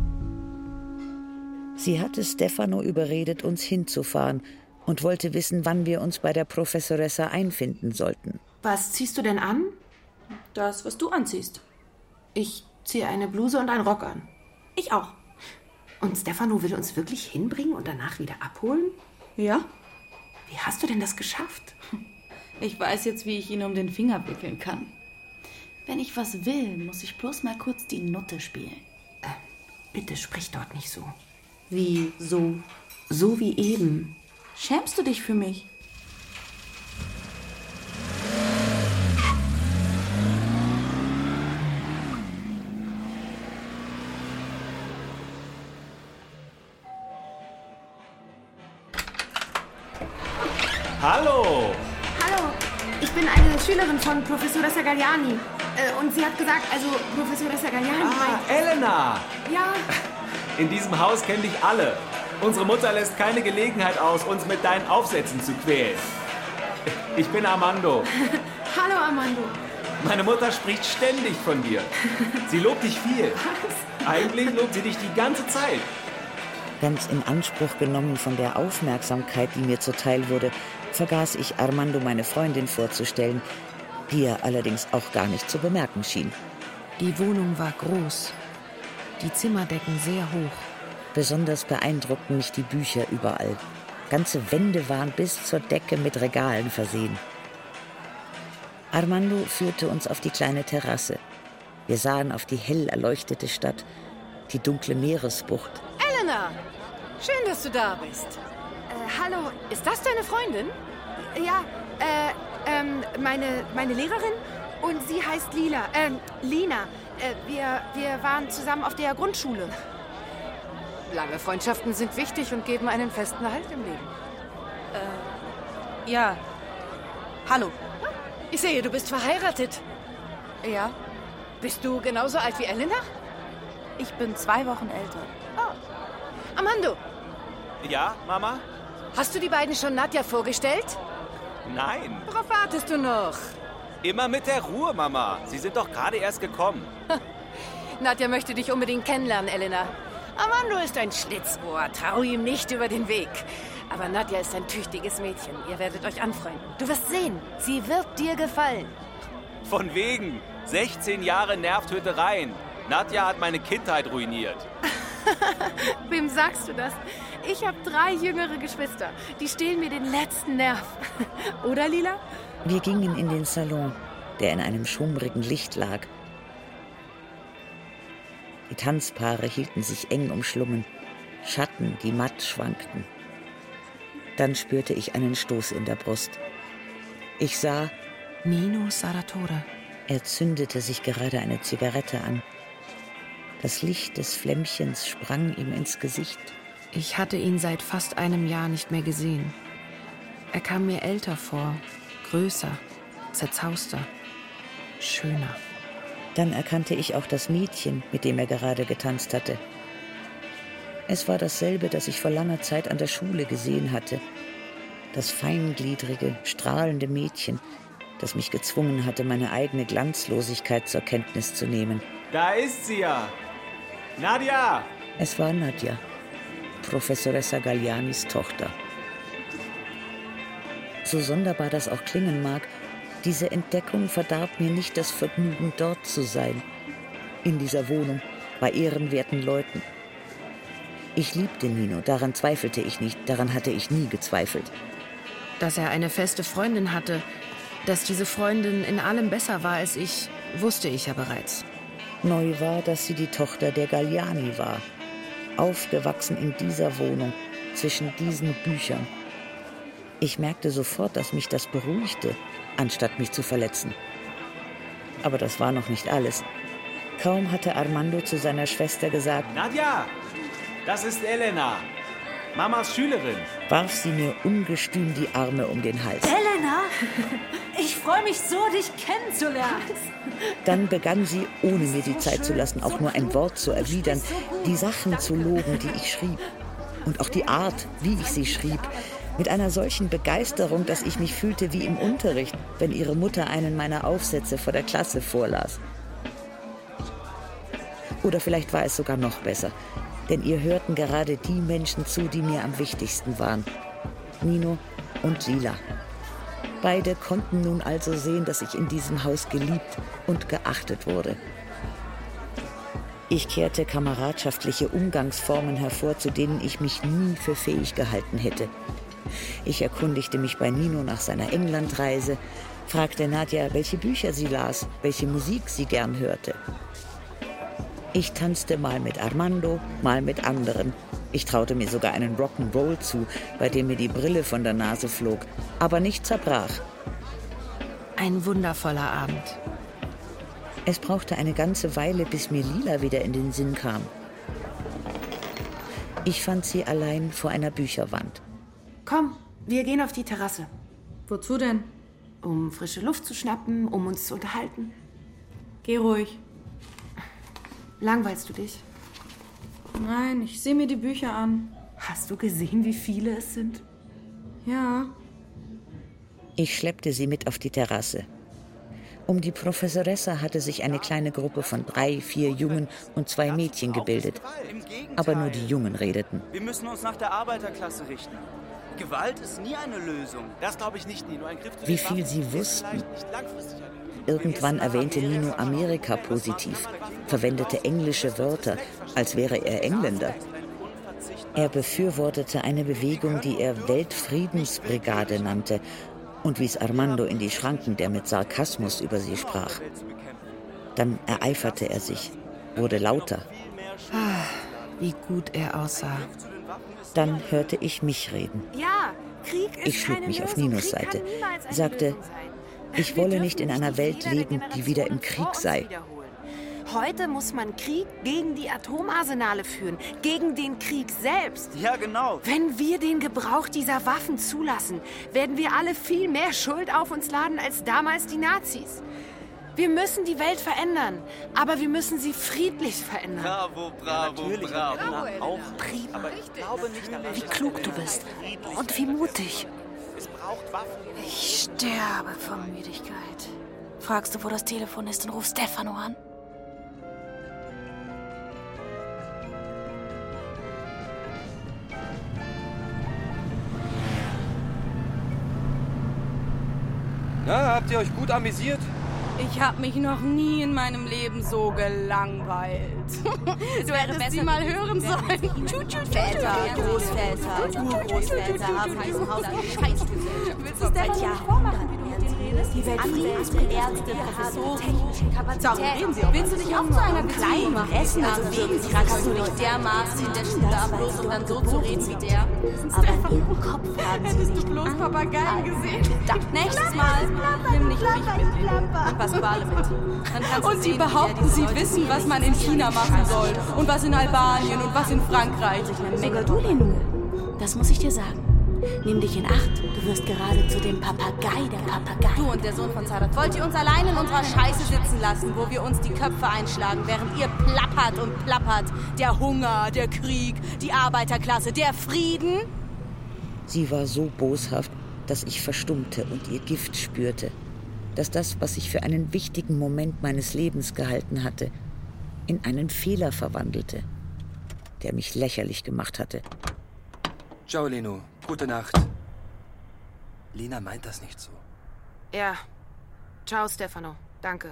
Sie hatte Stefano überredet, uns hinzufahren und wollte wissen, wann wir uns bei der Professoressa einfinden sollten. Was ziehst du denn an? Das, was du anziehst. Ich ziehe eine Bluse und einen Rock an. Ich auch. Und Stefano will uns wirklich hinbringen und danach wieder abholen? Ja. Wie hast du denn das geschafft? Ich weiß jetzt, wie ich ihn um den Finger wickeln kann. Wenn ich was will, muss ich bloß mal kurz die Nutte spielen. Bitte sprich dort nicht so. Wie so? So wie eben. Schämst du dich für mich? Hallo! Hallo, ich bin eine Schülerin von Professoressa Galliani. Und sie hat gesagt, also Professoressa Galliani meint... Elena! Ja? In diesem Haus kennen dich alle. Unsere Mutter lässt keine Gelegenheit aus, uns mit deinen Aufsätzen zu quälen. Ich bin Armando. Hallo, Armando. Meine Mutter spricht ständig von dir. Sie lobt dich viel. Was? Eigentlich lobt sie dich die ganze Zeit. Ganz in Anspruch genommen von der Aufmerksamkeit, die mir zuteil wurde, vergaß ich Armando meine Freundin vorzustellen, die er allerdings auch gar nicht zu bemerken schien. Die Wohnung war groß, die Zimmerdecken sehr hoch. Besonders beeindruckten mich die Bücher überall. Ganze Wände waren bis zur Decke mit Regalen versehen. Armando führte uns auf die kleine Terrasse. Wir sahen auf die hell erleuchtete Stadt die dunkle Meeresbucht. Elena, schön, dass du da bist. Hallo, ist das deine Freundin? Ja, meine Lehrerin und sie heißt Lina. Wir waren zusammen auf der Grundschule. Lange Freundschaften sind wichtig und geben einen festen Halt im Leben. Ja. Hallo. Ich sehe, du bist verheiratet. Ja. Bist du genauso alt wie Elena? Ich bin 2 Wochen älter. Oh. Armando. Ja, Mama? Hast du die beiden schon Nadja vorgestellt? Nein. Worauf wartest du noch? Immer mit der Ruhe, Mama. Sie sind doch gerade erst gekommen. Nadja möchte dich unbedingt kennenlernen, Elena. Armando ist ein Schlitzohr. Trau ihm nicht über den Weg. Aber Nadja ist ein tüchtiges Mädchen. Ihr werdet euch anfreunden. Du wirst sehen, sie wird dir gefallen. Von wegen. 16 Jahre Nervtötereien. Nadja hat meine Kindheit ruiniert. Wem sagst du das? Ich habe 3 jüngere Geschwister. Die stehlen mir den letzten Nerv. Oder, Lila? Wir gingen in den Salon, der in einem schummrigen Licht lag. Die Tanzpaare hielten sich eng umschlungen, Schatten, die matt schwankten. Dann spürte ich einen Stoß in der Brust. Ich sah Nino Sarratore. Er zündete sich gerade eine Zigarette an. Das Licht des Flämmchens sprang ihm ins Gesicht. Ich hatte ihn seit fast einem Jahr nicht mehr gesehen. Er kam mir älter vor, größer, zerzauster, schöner. Dann erkannte ich auch das Mädchen, mit dem er gerade getanzt hatte. Es war dasselbe, das ich vor langer Zeit an der Schule gesehen hatte. Das feingliedrige, strahlende Mädchen, das mich gezwungen hatte, meine eigene Glanzlosigkeit zur Kenntnis zu nehmen. Da ist sie ja! Nadja! Es war Nadja, Professoressa Gallianis Tochter. So sonderbar das auch klingen mag, diese Entdeckung verdarb mir nicht das Vergnügen, dort zu sein. In dieser Wohnung, bei ehrenwerten Leuten. Ich liebte Nino, daran zweifelte ich nicht, daran hatte ich nie gezweifelt. Dass er eine feste Freundin hatte, dass diese Freundin in allem besser war als ich, wusste ich ja bereits. Neu war, dass sie die Tochter der Galliani war. Aufgewachsen in dieser Wohnung, zwischen diesen Büchern. Ich merkte sofort, dass mich das beruhigte, anstatt mich zu verletzen. Aber das war noch nicht alles. Kaum hatte Armando zu seiner Schwester gesagt: Nadja, das ist Elena, Mamas Schülerin. Warf sie mir ungestüm die Arme um den Hals. Elena, ich freue mich so, dich kennenzulernen. Dann begann sie, ohne mir die Zeit zu lassen, auch nur ein Wort zu erwidern, die Sachen zu loben, die ich schrieb. Und auch die Art, wie ich sie schrieb. Mit einer solchen Begeisterung, dass ich mich fühlte wie im Unterricht, wenn ihre Mutter einen meiner Aufsätze vor der Klasse vorlas. Oder vielleicht war es sogar noch besser, denn ihr hörten gerade die Menschen zu, die mir am wichtigsten waren. Nino und Lila. Beide konnten nun also sehen, dass ich in diesem Haus geliebt und geachtet wurde. Ich kehrte kameradschaftliche Umgangsformen hervor, zu denen ich mich nie für fähig gehalten hätte. Ich erkundigte mich bei Nino nach seiner Englandreise, fragte Nadja, welche Bücher sie las, welche Musik sie gern hörte. Ich tanzte mal mit Armando, mal mit anderen. Ich traute mir sogar einen Rock'n'Roll zu, bei dem mir die Brille von der Nase flog, aber nicht zerbrach. Ein wundervoller Abend. Es brauchte eine ganze Weile, bis mir Lila wieder in den Sinn kam. Ich fand sie allein vor einer Bücherwand. Komm, wir gehen auf die Terrasse. Wozu denn? Um frische Luft zu schnappen, um uns zu unterhalten. Geh ruhig. Langweilst du dich? Nein, ich sehe mir die Bücher an. Hast du gesehen, wie viele es sind? Ja. Ich schleppte sie mit auf die Terrasse. Um die Professoressa hatte sich eine kleine Gruppe von 3, 4 Jungen und 2 Mädchen gebildet. Aber nur die Jungen redeten. Wir müssen uns nach der Arbeiterklasse richten. Gewalt ist nie eine Lösung. Das glaube ich nicht, Nino. Ein Griff zu Wie viel sie wussten. Irgendwann erwähnte Nino Amerika positiv, verwendete englische Wörter, als wäre er Engländer. Er befürwortete eine Bewegung, die er Weltfriedensbrigade nannte und wies Armando in die Schranken, der mit Sarkasmus über sie sprach. Dann ereiferte er sich, wurde lauter. Wie gut er aussah. Dann hörte ich mich reden. Ja, Krieg ist Ich schlug keine mich auf Lösung. Ninos Krieg Seite, kann niemals eine sagte, Lösung sein. ich wolle nicht in einer Welt leben, die wieder im Krieg sei. Heute muss man Krieg gegen die Atomarsenale führen, gegen den Krieg selbst. Ja, genau. Wenn wir den Gebrauch dieser Waffen zulassen, werden wir alle viel mehr Schuld auf uns laden als damals die Nazis. Wir müssen die Welt verändern, aber wir müssen sie friedlich verändern. Bravo, bravo, bravo. Auch prima. Aber ich glaube nicht daran, Wie klug du bist und wie mutig. Es braucht Waffen. Ich sterbe vor Müdigkeit. Fragst du, wo das Telefon ist, und ruf Stefano an? Na, habt ihr euch gut amüsiert? Ich habe mich noch nie in meinem Leben so gelangweilt. Du hättest sie mal hören sollen. Väter, Großväter, Urgroßväter haben diesem Haus eine Scheißgesellschaft. Willst du seit Jahrhunderten, wie du mit denen redest? Die Weltfrieden, Ärzte, Professoren, technische Kapazitäten. Willst du dich auch zu einer kleinen machen? Essen, also wegen Fragst du nicht dermaßen in der Schule ab, bloß um dann so zu reden wie der? Aber in ihrem Kopf haben sie Hättest sich du bloß Papageien gesehen? Nächstes Mal Nimm nicht mich mit und Pasquale mit. Dann kannst und sie behaupten, sie wissen, was man in China machen soll und was in Albanien und was in Frankreich. Sogar du, Lenou. Das muss ich dir sagen. Nimm dich in Acht. Du wirst gerade zu dem Papagei der Papagei. Du und der Sohn von Sadat, wollt ihr uns allein in unserer Scheiße sitzen lassen, wo wir uns die Köpfe einschlagen, während ihr plappert und plappert? Der Hunger, der Krieg, die Arbeiterklasse, der Frieden? Sie war so boshaft, dass ich verstummte und ihr Gift spürte. Dass das, was ich für einen wichtigen Moment meines Lebens gehalten hatte, in einen Fehler verwandelte, der mich lächerlich gemacht hatte. Ciao, Lenou. Gute Nacht. Lina meint das nicht so. Ja. Ciao, Stefano. Danke.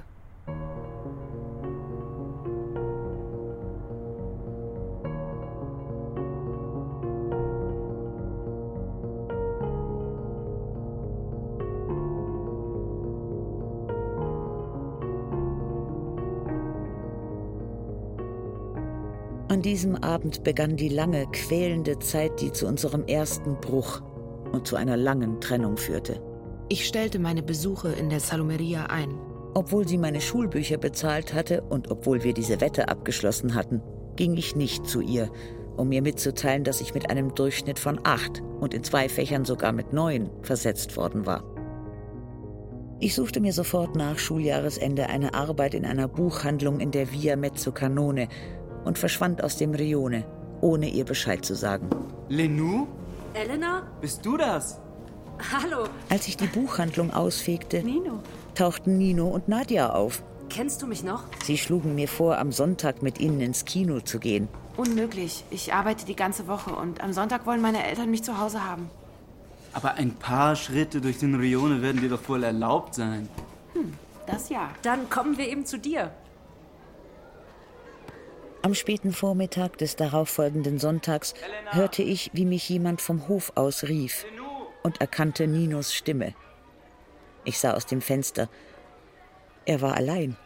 An diesem Abend begann die lange, quälende Zeit, die zu unserem ersten Bruch und zu einer langen Trennung führte. Ich stellte meine Besuche in der Salumeria ein. Obwohl sie meine Schulbücher bezahlt hatte und obwohl wir diese Wette abgeschlossen hatten, ging ich nicht zu ihr, um mir mitzuteilen, dass ich mit einem Durchschnitt von 8 und in 2 Fächern sogar mit 9 versetzt worden war. Ich suchte mir sofort nach Schuljahresende eine Arbeit in einer Buchhandlung in der Via Mezzocanone und verschwand aus dem Rione, ohne ihr Bescheid zu sagen. Lenou? Elena? Bist du das? Hallo. Als ich die Buchhandlung ausfegte, tauchten Nino und Nadja auf. Kennst du mich noch? Sie schlugen mir vor, am Sonntag mit ihnen ins Kino zu gehen. Unmöglich. Ich arbeite die ganze Woche und am Sonntag wollen meine Eltern mich zu Hause haben. Aber ein paar Schritte durch den Rione werden dir doch wohl erlaubt sein. Das ja. Dann kommen wir eben zu dir. Am späten Vormittag des darauffolgenden Sonntags hörte ich, wie mich jemand vom Hof aus rief und erkannte Ninos Stimme. Ich sah aus dem Fenster. Er war allein.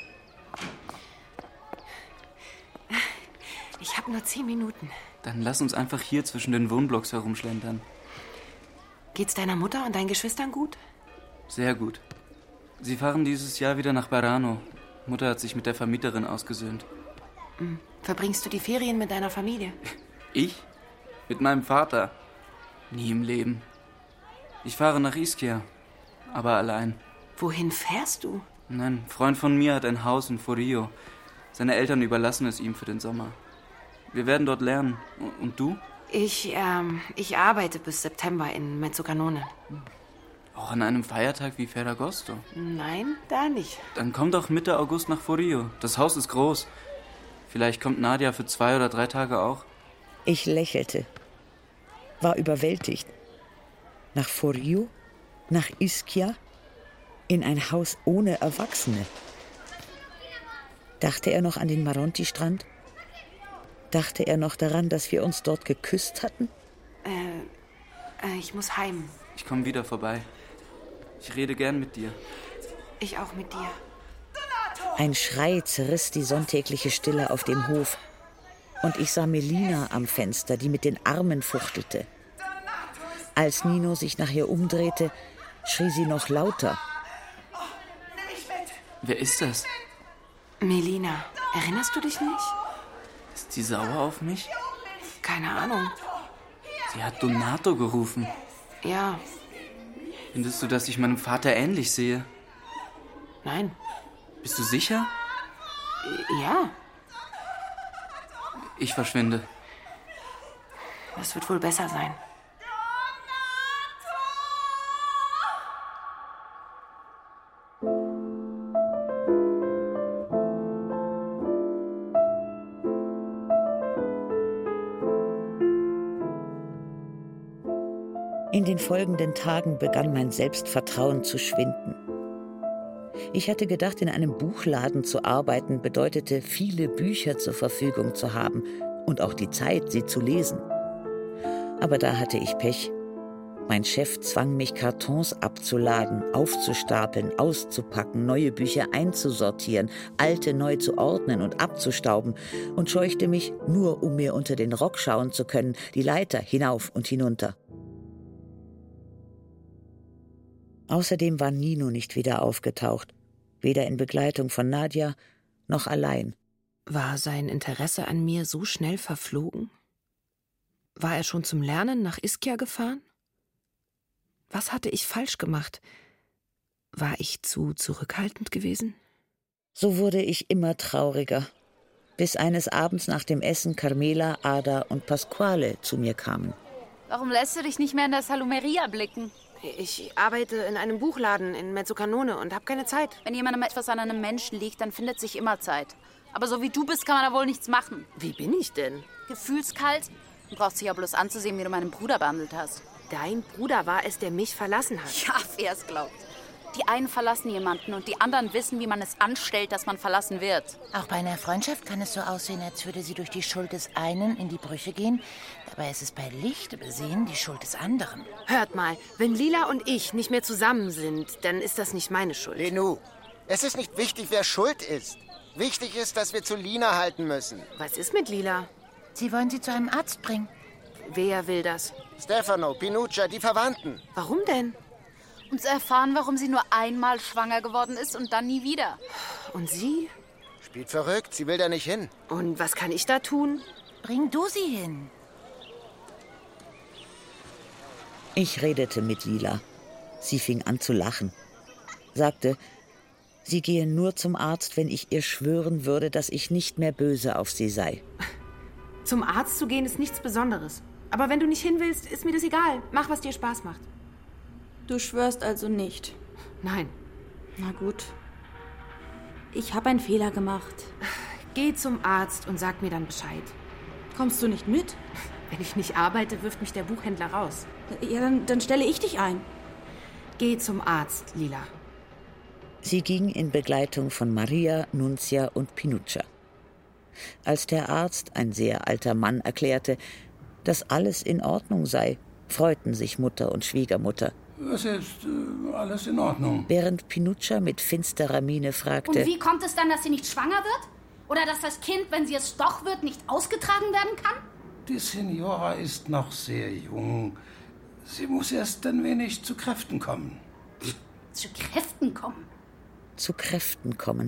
Ich habe nur 10 Minuten. Dann lass uns einfach hier zwischen den Wohnblocks herumschlendern. Geht's deiner Mutter und deinen Geschwistern gut? Sehr gut. Sie fahren dieses Jahr wieder nach Barano. Mutter hat sich mit der Vermieterin ausgesöhnt. Verbringst du die Ferien mit deiner Familie? Ich? Mit meinem Vater? Nie im Leben. Ich fahre nach Ischia, aber allein. Wohin fährst du? Nein, ein Freund von mir hat ein Haus in Forio. Seine Eltern überlassen es ihm für den Sommer. Wir werden dort lernen. Und du? Ich arbeite bis September in Mezzocanone. Auch an einem Feiertag wie Ferragosto? Nein, da nicht. Dann komm doch Mitte August nach Forio. Das Haus ist groß. Vielleicht kommt Nadja für 2 oder 3 Tage auch. Ich lächelte, war überwältigt. Nach Forio? Nach Ischia? In ein Haus ohne Erwachsene? Dachte er noch an den Maronti-Strand? Dachte er noch daran, dass wir uns dort geküsst hatten? Ich muss heim. Ich komme wieder vorbei. Ich rede gern mit dir. Ich auch mit dir. Ein Schrei zerriss die sonntägliche Stille auf dem Hof. Und ich sah Melina am Fenster, die mit den Armen fuchtelte. Als Nino sich nach ihr umdrehte, schrie sie noch lauter. Wer ist das? Melina, erinnerst du dich nicht? Ist sie sauer auf mich? Keine Ahnung. Sie hat Donato gerufen. Ja. Findest du, dass ich meinem Vater ähnlich sehe? Nein. Bist du sicher? Ja. Ich verschwinde. Das wird wohl besser sein. In den folgenden Tagen begann mein Selbstvertrauen zu schwinden. Ich hatte gedacht, in einem Buchladen zu arbeiten bedeutete, viele Bücher zur Verfügung zu haben und auch die Zeit, sie zu lesen. Aber da hatte ich Pech. Mein Chef zwang mich, Kartons abzuladen, aufzustapeln, auszupacken, neue Bücher einzusortieren, alte neu zu ordnen und abzustauben und scheuchte mich, nur um mir unter den Rock schauen zu können, die Leiter hinauf und hinunter. Außerdem war Nino nicht wieder aufgetaucht, weder in Begleitung von Nadja noch allein. War sein Interesse an mir so schnell verflogen? War er schon zum Lernen nach Ischia gefahren? Was hatte ich falsch gemacht? War ich zu zurückhaltend gewesen? So wurde ich immer trauriger, bis eines Abends nach dem Essen Carmela, Ada und Pasquale zu mir kamen. Warum lässt du dich nicht mehr in der Salumeria blicken? Ich arbeite in einem Buchladen in Mezzocanone und habe keine Zeit. Wenn jemandem etwas an einem Menschen liegt, dann findet sich immer Zeit. Aber so wie du bist, kann man da wohl nichts machen. Wie bin ich denn? Gefühlskalt? Du brauchst dich ja bloß anzusehen, wie du meinen Bruder behandelt hast. Dein Bruder war es, der mich verlassen hat. Ja, wer es glaubt. Die einen verlassen jemanden und die anderen wissen, wie man es anstellt, dass man verlassen wird. Auch bei einer Freundschaft kann es so aussehen, als würde sie durch die Schuld des einen in die Brüche gehen. Dabei ist es bei Licht besehen die Schuld des anderen. Hört mal, wenn Lila und ich nicht mehr zusammen sind, dann ist das nicht meine Schuld. Lenou, es ist nicht wichtig, wer schuld ist. Wichtig ist, dass wir zu Lina halten müssen. Was ist mit Lila? Sie wollen sie zu einem Arzt bringen. Wer will das? Stefano, Pinuccia, die Verwandten. Warum denn? Um zu erfahren, warum sie nur einmal schwanger geworden ist und dann nie wieder. Und sie? Spielt verrückt, sie will da nicht hin. Und was kann ich da tun? Bring du sie hin. Ich redete mit Lila. Sie fing an zu lachen. Sagte, sie gehe nur zum Arzt, wenn ich ihr schwören würde, dass ich nicht mehr böse auf sie sei. Zum Arzt zu gehen ist nichts Besonderes. Aber wenn du nicht hin willst, ist mir das egal. Mach, was dir Spaß macht. Du schwörst also nicht? Nein. Na gut. Ich habe einen Fehler gemacht. Geh zum Arzt und sag mir dann Bescheid. Kommst du nicht mit? Wenn ich nicht arbeite, wirft mich der Buchhändler raus. Ja, dann stelle ich dich ein. Geh zum Arzt, Lila. Sie ging in Begleitung von Maria, Nunzia und Pinuccia. Als der Arzt, ein sehr alter Mann, erklärte, dass alles in Ordnung sei, freuten sich Mutter und Schwiegermutter. Es ist alles in Ordnung. Während Pinuccia mit finsterer Miene fragte... Und wie kommt es dann, dass sie nicht schwanger wird? Oder dass das Kind, wenn sie es doch wird, nicht ausgetragen werden kann? Die Signora ist noch sehr jung. Sie muss erst ein wenig zu Kräften kommen. Zu Kräften kommen? Zu Kräften kommen.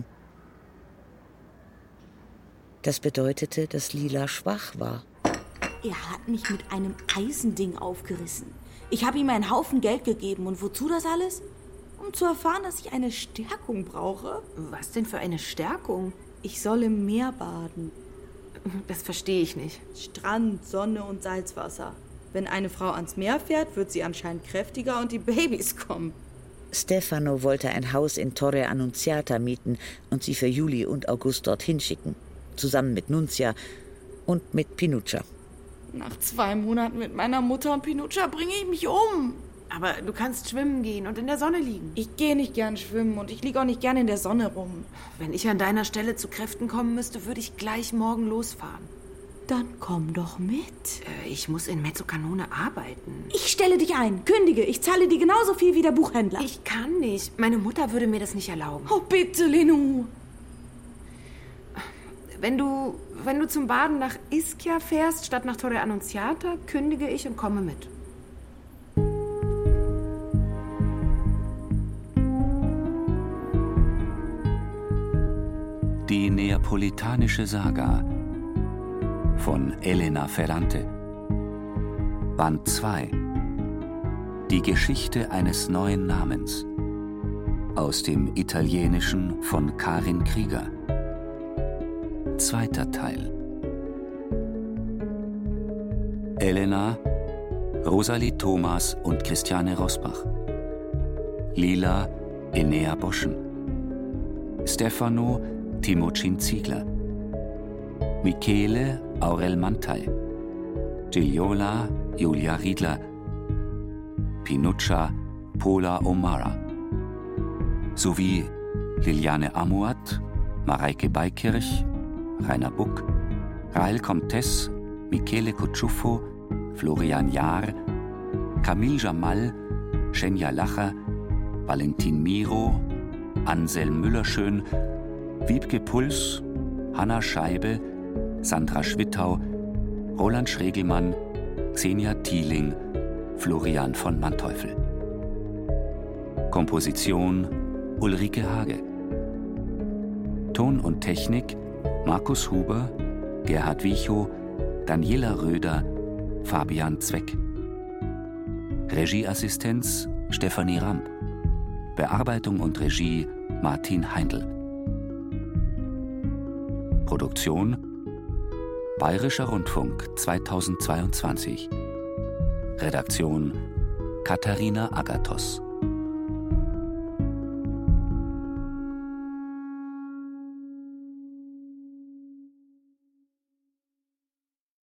Das bedeutete, dass Lila schwach war. Er hat mich mit einem Eisending aufgerissen. Ich habe ihm einen Haufen Geld gegeben. Und wozu das alles? Um zu erfahren, dass ich eine Stärkung brauche. Was denn für eine Stärkung? Ich soll im Meer baden. Das verstehe ich nicht. Strand, Sonne und Salzwasser. Wenn eine Frau ans Meer fährt, wird sie anscheinend kräftiger und die Babys kommen. Stefano wollte ein Haus in Torre Annunziata mieten und sie für Juli und August dorthin schicken. Zusammen mit Nunzia und mit Pinuccia. Nach 2 Monaten mit meiner Mutter und Pinuccia bringe ich mich um. Aber du kannst schwimmen gehen und in der Sonne liegen. Ich gehe nicht gern schwimmen und ich liege auch nicht gern in der Sonne rum. Wenn ich an deiner Stelle zu Kräften kommen müsste, würde ich gleich morgen losfahren. Dann komm doch mit. Ich muss in Mezzocanone arbeiten. Ich stelle dich ein, kündige. Ich zahle dir genauso viel wie der Buchhändler. Ich kann nicht. Meine Mutter würde mir das nicht erlauben. Oh, bitte, Lenou. Wenn du zum Baden nach Ischia fährst, statt nach Torre Annunziata, kündige ich und komme mit. Die neapolitanische Saga von Elena Ferrante. Band 2. Die Geschichte eines neuen Namens. Aus dem Italienischen von Karin Krieger. Zweiter Teil. Elena, Rosalie Thomas und Christiane Rosbach. Lila, Enea Boschen. Stefano, Timocin Ziegler. Michele, Aurel Mantai. Giliola, Julia Riedler. Pinuccia, Pola O'Mara. Sowie Liliane Amuat, Mareike Beikirch, Rainer Buck, Rahel Comtes, Michele Kutschuffo, Florian Jahr, Camille Jamal, Schenja Lacher, Valentin Miro, Anselm Müllerschön, Wiebke Puls, Hanna Scheibe, Sandra Schwittau, Roland Schregelmann, Xenia Thieling, Florian von Manteuffel. Komposition Ulrike Hage. Ton und Technik Markus Huber, Gerhard Wiechow, Daniela Röder, Fabian Zweck. Regieassistenz Stefanie Ramp. Bearbeitung und Regie Martin Heindl. Produktion Bayerischer Rundfunk 2022. Redaktion Katharina Agathos.